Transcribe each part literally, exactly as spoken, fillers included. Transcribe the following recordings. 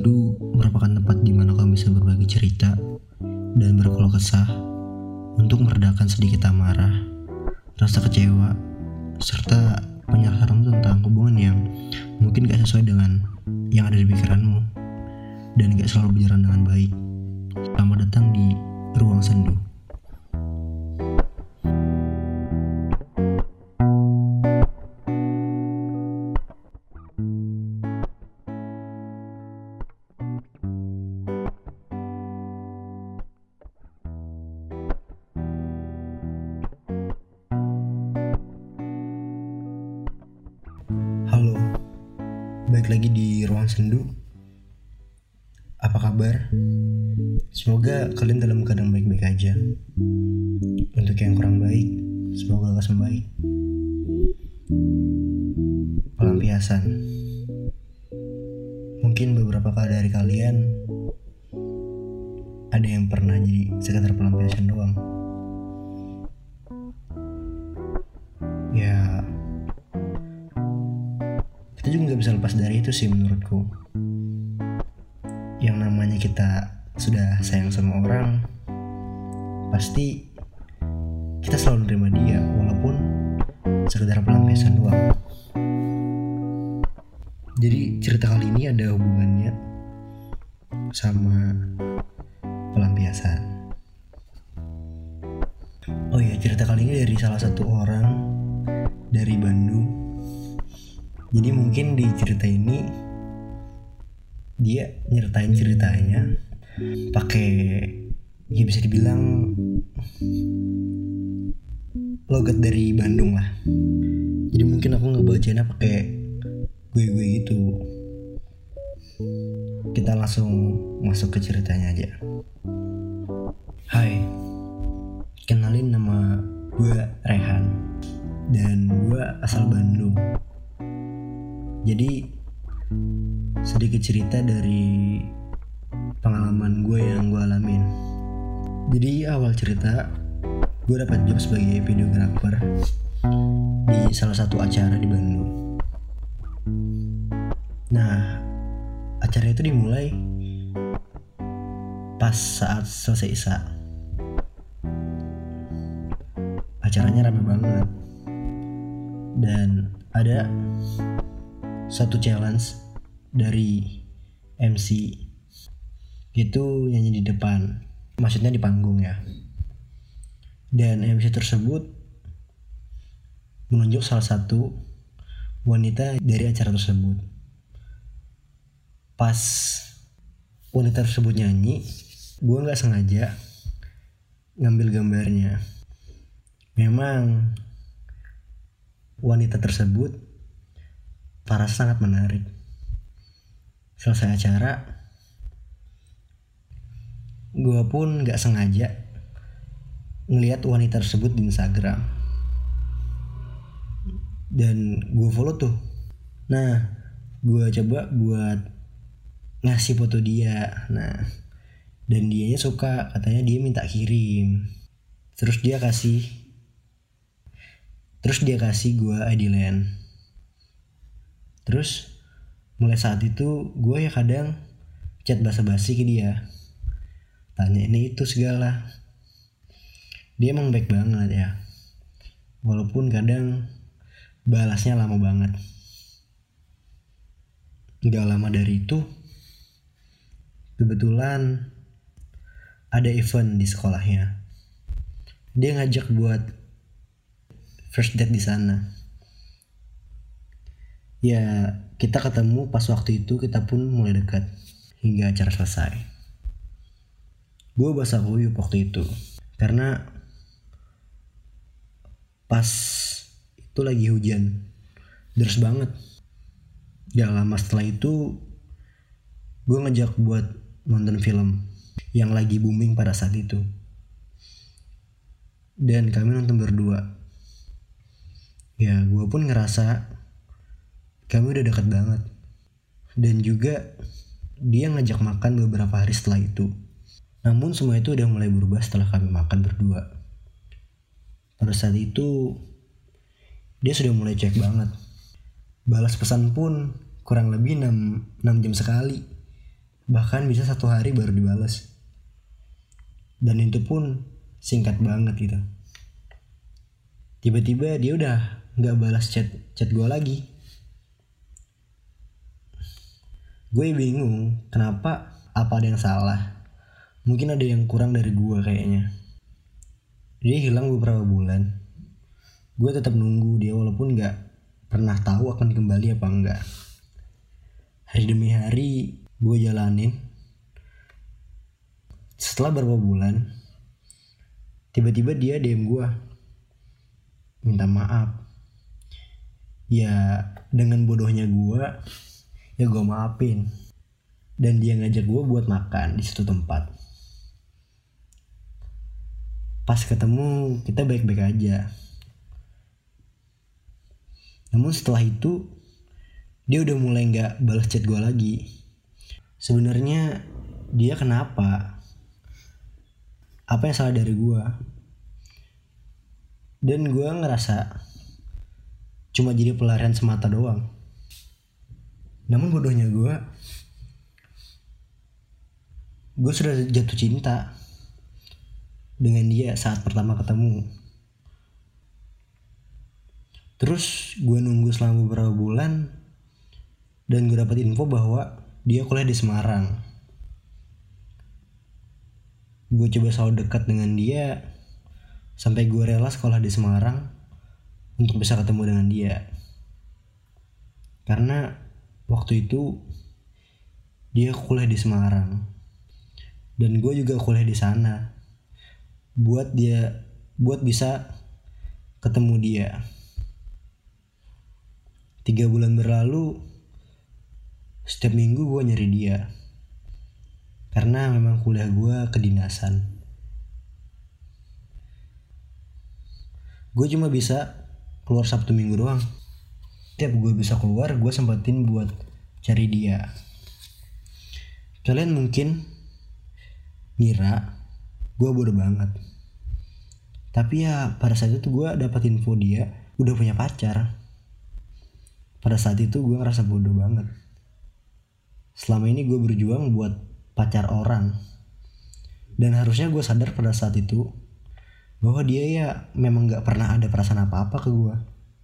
Sendu merupakan tempat di mana kamu bisa berbagi cerita dan berkeluh kesah untuk meredakan sedikit amarah, rasa kecewa, serta penyerahan tentang hubungan yang mungkin gak sesuai dengan yang ada di pikiranmu dan gak selalu berjalan dengan baik. Selamat datang di Ruang Sendu. Halo, balik lagi di Ruang Sendu. Apa kabar? Semoga kalian dalam keadaan baik-baik aja. Untuk yang kurang baik, semoga lekas membaik. Pelampiasan. Mungkin beberapa kali dari kalian ada yang pernah jadi sekedar pelampiasan doang. Ya, kita juga gak bisa lepas dari itu sih menurutku. Yang namanya kita sudah sayang sama orang, pasti kita selalu nerima dia walaupun sekedar pelampiasan doang. Jadi cerita kali ini ada hubungannya sama pelampiasan. Oh iya, cerita kali ini dari salah satu orang dari Bandung. Jadi mungkin di cerita ini dia nyeritain ceritanya pakai, ya bisa dibilang logat dari Bandung lah. Jadi mungkin aku ngebacainnya pakai gue-gue gitu. Kita langsung masuk ke ceritanya aja. Hai, kenalin nama gue Rehan dan gue asal Bandung. Jadi sedikit cerita dari pengalaman gue yang gue alamin. Jadi awal cerita, gue dapat job sebagai videographer di salah satu acara di Bandung. Nah, acara itu dimulai pas saat selesai isya. Acaranya rame banget dan ada satu challenge dari M C, itu nyanyi di depan, maksudnya di panggung ya. Dan M C tersebut menunjuk salah satu wanita dari acara tersebut. Pas wanita tersebut nyanyi, gue gak sengaja ngambil gambarnya. Memang wanita tersebut parah sangat menarik. Selesai acara, gue pun gak sengaja ngelihat wanita tersebut di Instagram dan gue follow tuh. Nah, gue coba buat ngasih foto dia. Nah, dan dianya suka, katanya dia minta kirim. Terus dia kasih Terus dia kasih gue I D Line. Terus mulai saat itu gue ya kadang chat basa-basi ke dia, tanya ini itu segala. Dia emang baik banget ya, walaupun kadang balasnya lama banget. Gak lama dari itu, kebetulan ada event di sekolahnya. Dia ngajak buat first date di sana. Ya, kita ketemu pas waktu itu, kita pun mulai dekat hingga acara selesai. Gue basah kuyup waktu itu karena pas itu lagi hujan deras banget. Gak lama setelah itu gue ngajak buat nonton film yang lagi booming pada saat itu, dan kami nonton berdua. Ya, gue pun ngerasa kami udah dekat banget. Dan juga dia ngajak makan beberapa hari setelah itu. Namun semua itu udah mulai berubah setelah kami makan berdua. Pada saat itu dia sudah mulai cuek banget. Balas pesan pun kurang lebih enam jam sekali. Bahkan bisa satu hari baru dibalas. Dan itu pun singkat banget gitu. Tiba-tiba dia udah gak balas chat chat gue lagi. Gue bingung kenapa, apa ada yang salah. Mungkin ada yang kurang dari gue kayaknya. Dia hilang beberapa bulan. Gue tetap nunggu dia walaupun gak pernah tahu akan kembali apa enggak. Hari demi hari gue jalanin. Setelah beberapa bulan, tiba-tiba dia D M gue, minta maaf. Ya dengan bodohnya gue, ya gue maafin. Dan dia ngajak gue buat makan di suatu tempat. Pas ketemu kita baik-baik aja. Namun setelah itu dia udah mulai gak balas chat gue lagi. Sebenarnya dia kenapa? Apa yang salah dari gue? Dan gue ngerasa cuma jadi pelarian semata doang. Namun bodohnya gue, gue sudah jatuh cinta dengan dia saat pertama ketemu. Terus gue nunggu selama beberapa bulan dan gue dapat info bahwa dia kuliah di Semarang. Gue coba selalu dekat dengan dia sampai gue rela sekolah di Semarang untuk bisa ketemu dengan dia. Karena waktu itu dia kuliah di Semarang dan gue juga kuliah di sana. Buat dia, buat bisa ketemu dia. Tiga bulan berlalu, setiap minggu gue nyari dia. Karena memang kuliah gue kedinasan. Gue cuma bisa keluar Sabtu Minggu doang. Tiap gue bisa keluar, gue sempetin buat cari dia. Kalian mungkin ngira gue bodoh banget. Tapi ya pada saat itu gue dapat info dia udah punya pacar. Pada saat itu gue ngerasa bodoh banget. Selama ini gue berjuang buat pacar orang. Dan harusnya gue sadar pada saat itu bahwa dia ya memang gak pernah ada perasaan apa-apa ke gue.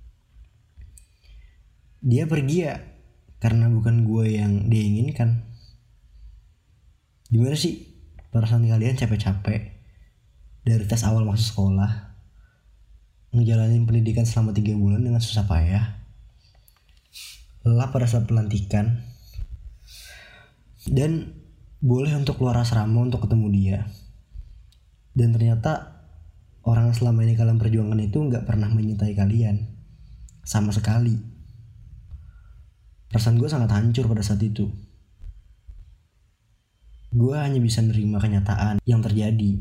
Dia pergi ya karena bukan gue yang dia inginkan. Gimana sih perasaan kalian capek-capek dari tes awal masuk sekolah, ngejalanin pendidikan selama tiga bulan dengan susah payah, lelah pada saat pelantikan, dan boleh untuk keluar asrama untuk ketemu dia. Dan ternyata orang yang selama ini kalian perjuangkan itu gak pernah menyintai kalian sama sekali. Perasaan gue sangat hancur pada saat itu. Gue hanya bisa menerima kenyataan yang terjadi.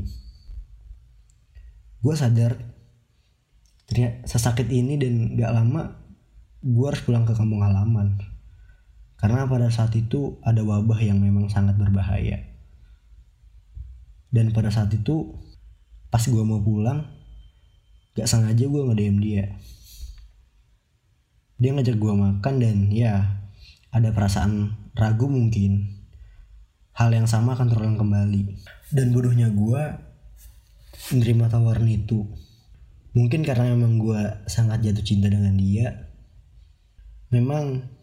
Gue sadar ternyata sesakit ini dan gak lama gue harus pulang ke kampung halaman. Karena pada saat itu ada wabah yang memang sangat berbahaya. Dan pada saat itu pas gue mau pulang, gak sengaja gue nge-D M dia. Dia ngajak gue makan dan ya ada perasaan ragu mungkin. Hal yang sama akan terulang kembali. Dan bodohnya gue menerima tawaran itu. Mungkin karena memang gue sangat jatuh cinta dengan dia. Memang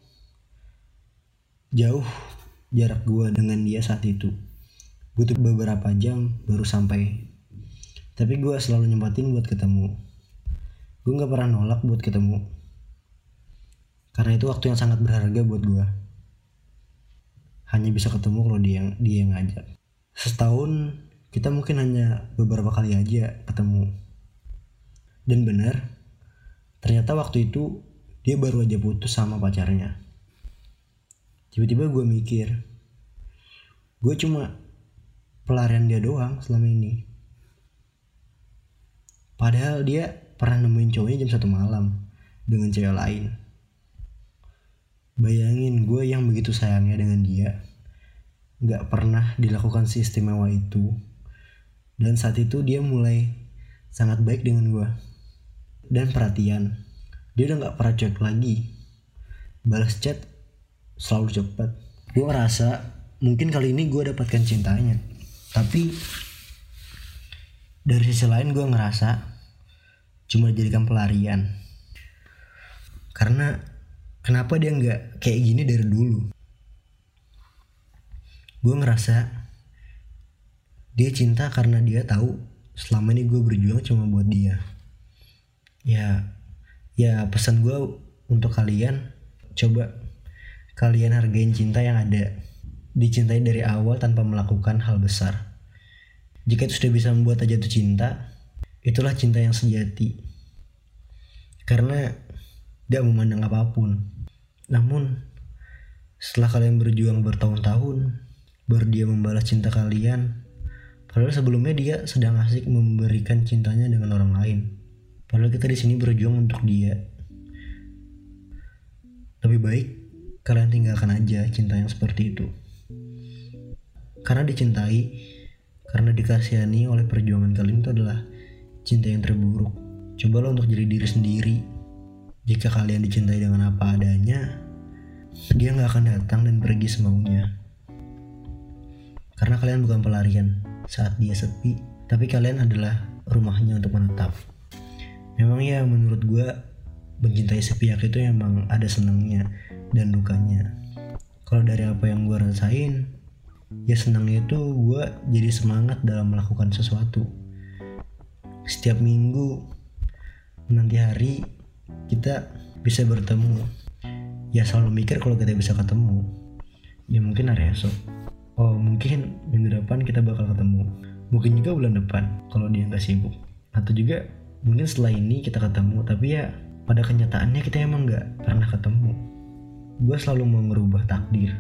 jauh jarak gue dengan dia saat itu. Butuh beberapa jam baru sampai. Tapi gue selalu nyempatin buat ketemu. Gue gak pernah nolak buat ketemu. Karena itu waktu yang sangat berharga buat gue. Hanya bisa ketemu kalau dia yang, dia yang ngajak. Setahun kita mungkin hanya beberapa kali aja ketemu. Dan benar, ternyata waktu itu dia baru aja putus sama pacarnya. Tiba-tiba gue mikir, gue cuma pelarian dia doang selama ini. Padahal dia pernah nemuin cowoknya jam satu malam dengan cewek lain. Bayangin gue yang begitu sayangnya dengan dia, gak pernah dilakukan si istimewa itu. Dan saat itu dia mulai sangat baik dengan gue. Dan perhatian, dia udah gak pernah cuek lagi. Balas chat selalu cepat. Gue ngerasa mungkin kali ini gue dapatkan cintanya, tapi dari sisi lain gue ngerasa cuma dijadikan pelarian. Karena kenapa dia nggak kayak gini dari dulu? Gue ngerasa dia cinta karena dia tahu selama ini gue berjuang cuma buat dia. Ya, ya pesan gue untuk kalian, coba kalian hargain cinta yang ada. Dicintai dari awal tanpa melakukan hal besar. Jika itu sudah bisa membuat jatuh cinta, itulah cinta yang sejati. Karena gak memandang apapun. Namun setelah kalian berjuang bertahun-tahun, baru dia membalas cinta kalian. Padahal sebelumnya dia sedang asik memberikan cintanya dengan orang lain. Padahal kita di sini berjuang untuk dia. Lebih baik kalian tinggalkan aja cinta yang seperti itu. Karena dicintai, karena dikasihani oleh perjuangan kalian itu adalah cinta yang terburuk. Cobalah untuk jadi diri sendiri. Jika kalian dicintai dengan apa adanya, dia gak akan datang dan pergi semaunya. Karena kalian bukan pelarian saat dia sepi, tapi kalian adalah rumahnya untuk menetap. Memang ya menurut gue, mencintai sepihak itu emang ada senangnya dan dukanya. Kalau dari apa yang gue rasain, ya senangnya itu gue jadi semangat dalam melakukan sesuatu. Setiap minggu nanti hari kita bisa bertemu. Ya selalu mikir kalau kita bisa ketemu. Ya mungkin hari esok. Oh mungkin minggu depan kita bakal ketemu. Mungkin juga bulan depan kalau dia gak sibuk. Atau juga mungkin setelah ini kita ketemu. Tapi ya pada kenyataannya kita emang gak pernah ketemu. Gue selalu mau ngerubah takdir,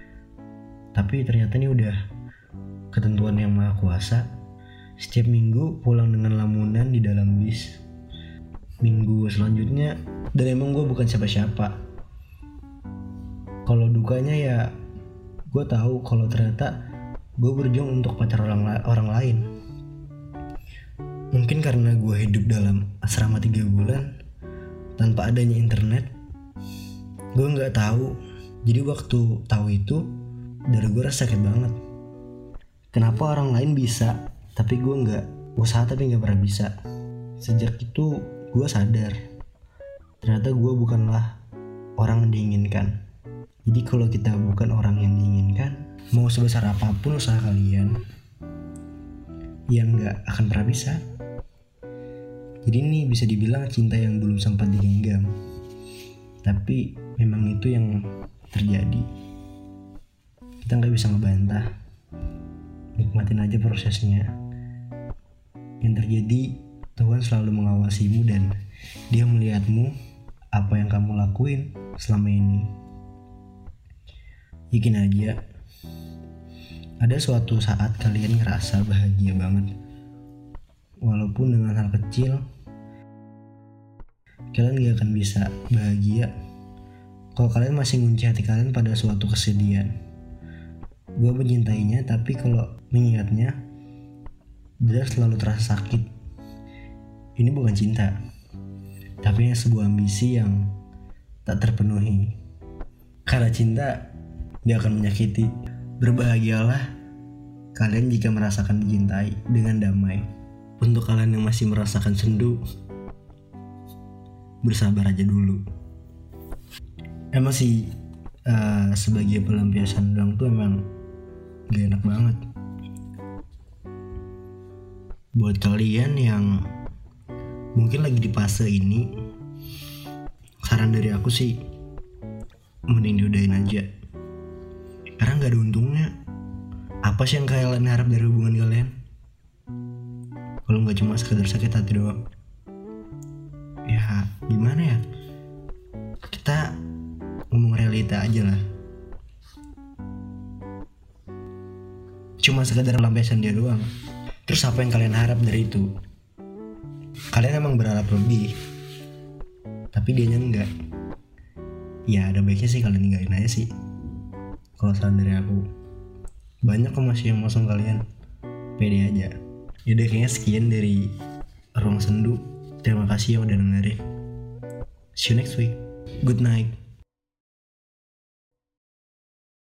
tapi ternyata ini udah ketentuan yang maha kuasa. Setiap minggu pulang dengan lamunan di dalam bis. Minggu selanjutnya, dan emang gue bukan siapa-siapa. Kalau dukanya ya gue tahu kalau ternyata gue berjuang untuk pacar orang, la- orang lain. Mungkin karena gue hidup dalam asrama tiga bulan tanpa adanya internet, gue gak tahu. Jadi waktu tahu itu, dari gue rasa sakit banget. Kenapa orang lain bisa, tapi gue gak? Usaha tapi gak pernah bisa. Sejak itu gue sadar, ternyata gue bukanlah orang yang diinginkan. Jadi kalau kita bukan orang yang diinginkan, mau sebesar apapun usaha kalian, yang gak akan pernah bisa. Jadi ini bisa dibilang cinta yang belum sempat digenggam, tapi memang itu yang terjadi. Kita gak bisa ngebantah. Nikmatin aja prosesnya. Yang terjadi, Tuhan selalu mengawasimu dan Dia melihatmu apa yang kamu lakuin selama ini. Yakin aja, ada suatu saat kalian ngerasa bahagia banget. Walaupun dengan hal kecil, kalian gak akan bisa bahagia kalau kalian masih ngunci hati kalian pada suatu kesedihan. Gue mencintainya, tapi kalau mengingatnya, dia selalu terasa sakit. Ini bukan cinta, tapi hanya sebuah ambisi yang tak terpenuhi. Karena cinta dia akan menyakiti. Berbahagialah kalian jika merasakan dicintai dengan damai. Untuk kalian yang masih merasakan sendu, bersabar aja dulu. Emang sih uh, sebagai pelampiasan doang tuh emang gak enak banget. Buat kalian yang mungkin lagi di fase ini, saran dari aku sih mending diudahin aja. Karena gak ada untungnya. Apa sih yang kalian harap dari hubungan kalian? Kalau gak cuma sekedar sakit hati doang. Ya gimana ya, kita ngomong realita aja lah. Cuma sekedar pelampiasan dia doang. Terus apa yang kalian harap dari itu? Kalian emang berharap lebih, tapi dianya enggak. Ya ada baiknya sih kalian ninggalin aja sih. Kalau saran dari aku, banyak kok masih yang mosong kalian. Pede aja. Yaudah kayaknya sekian dari Ruang Sendu. Terima kasih yang udah dengerin. See you next week. Good night.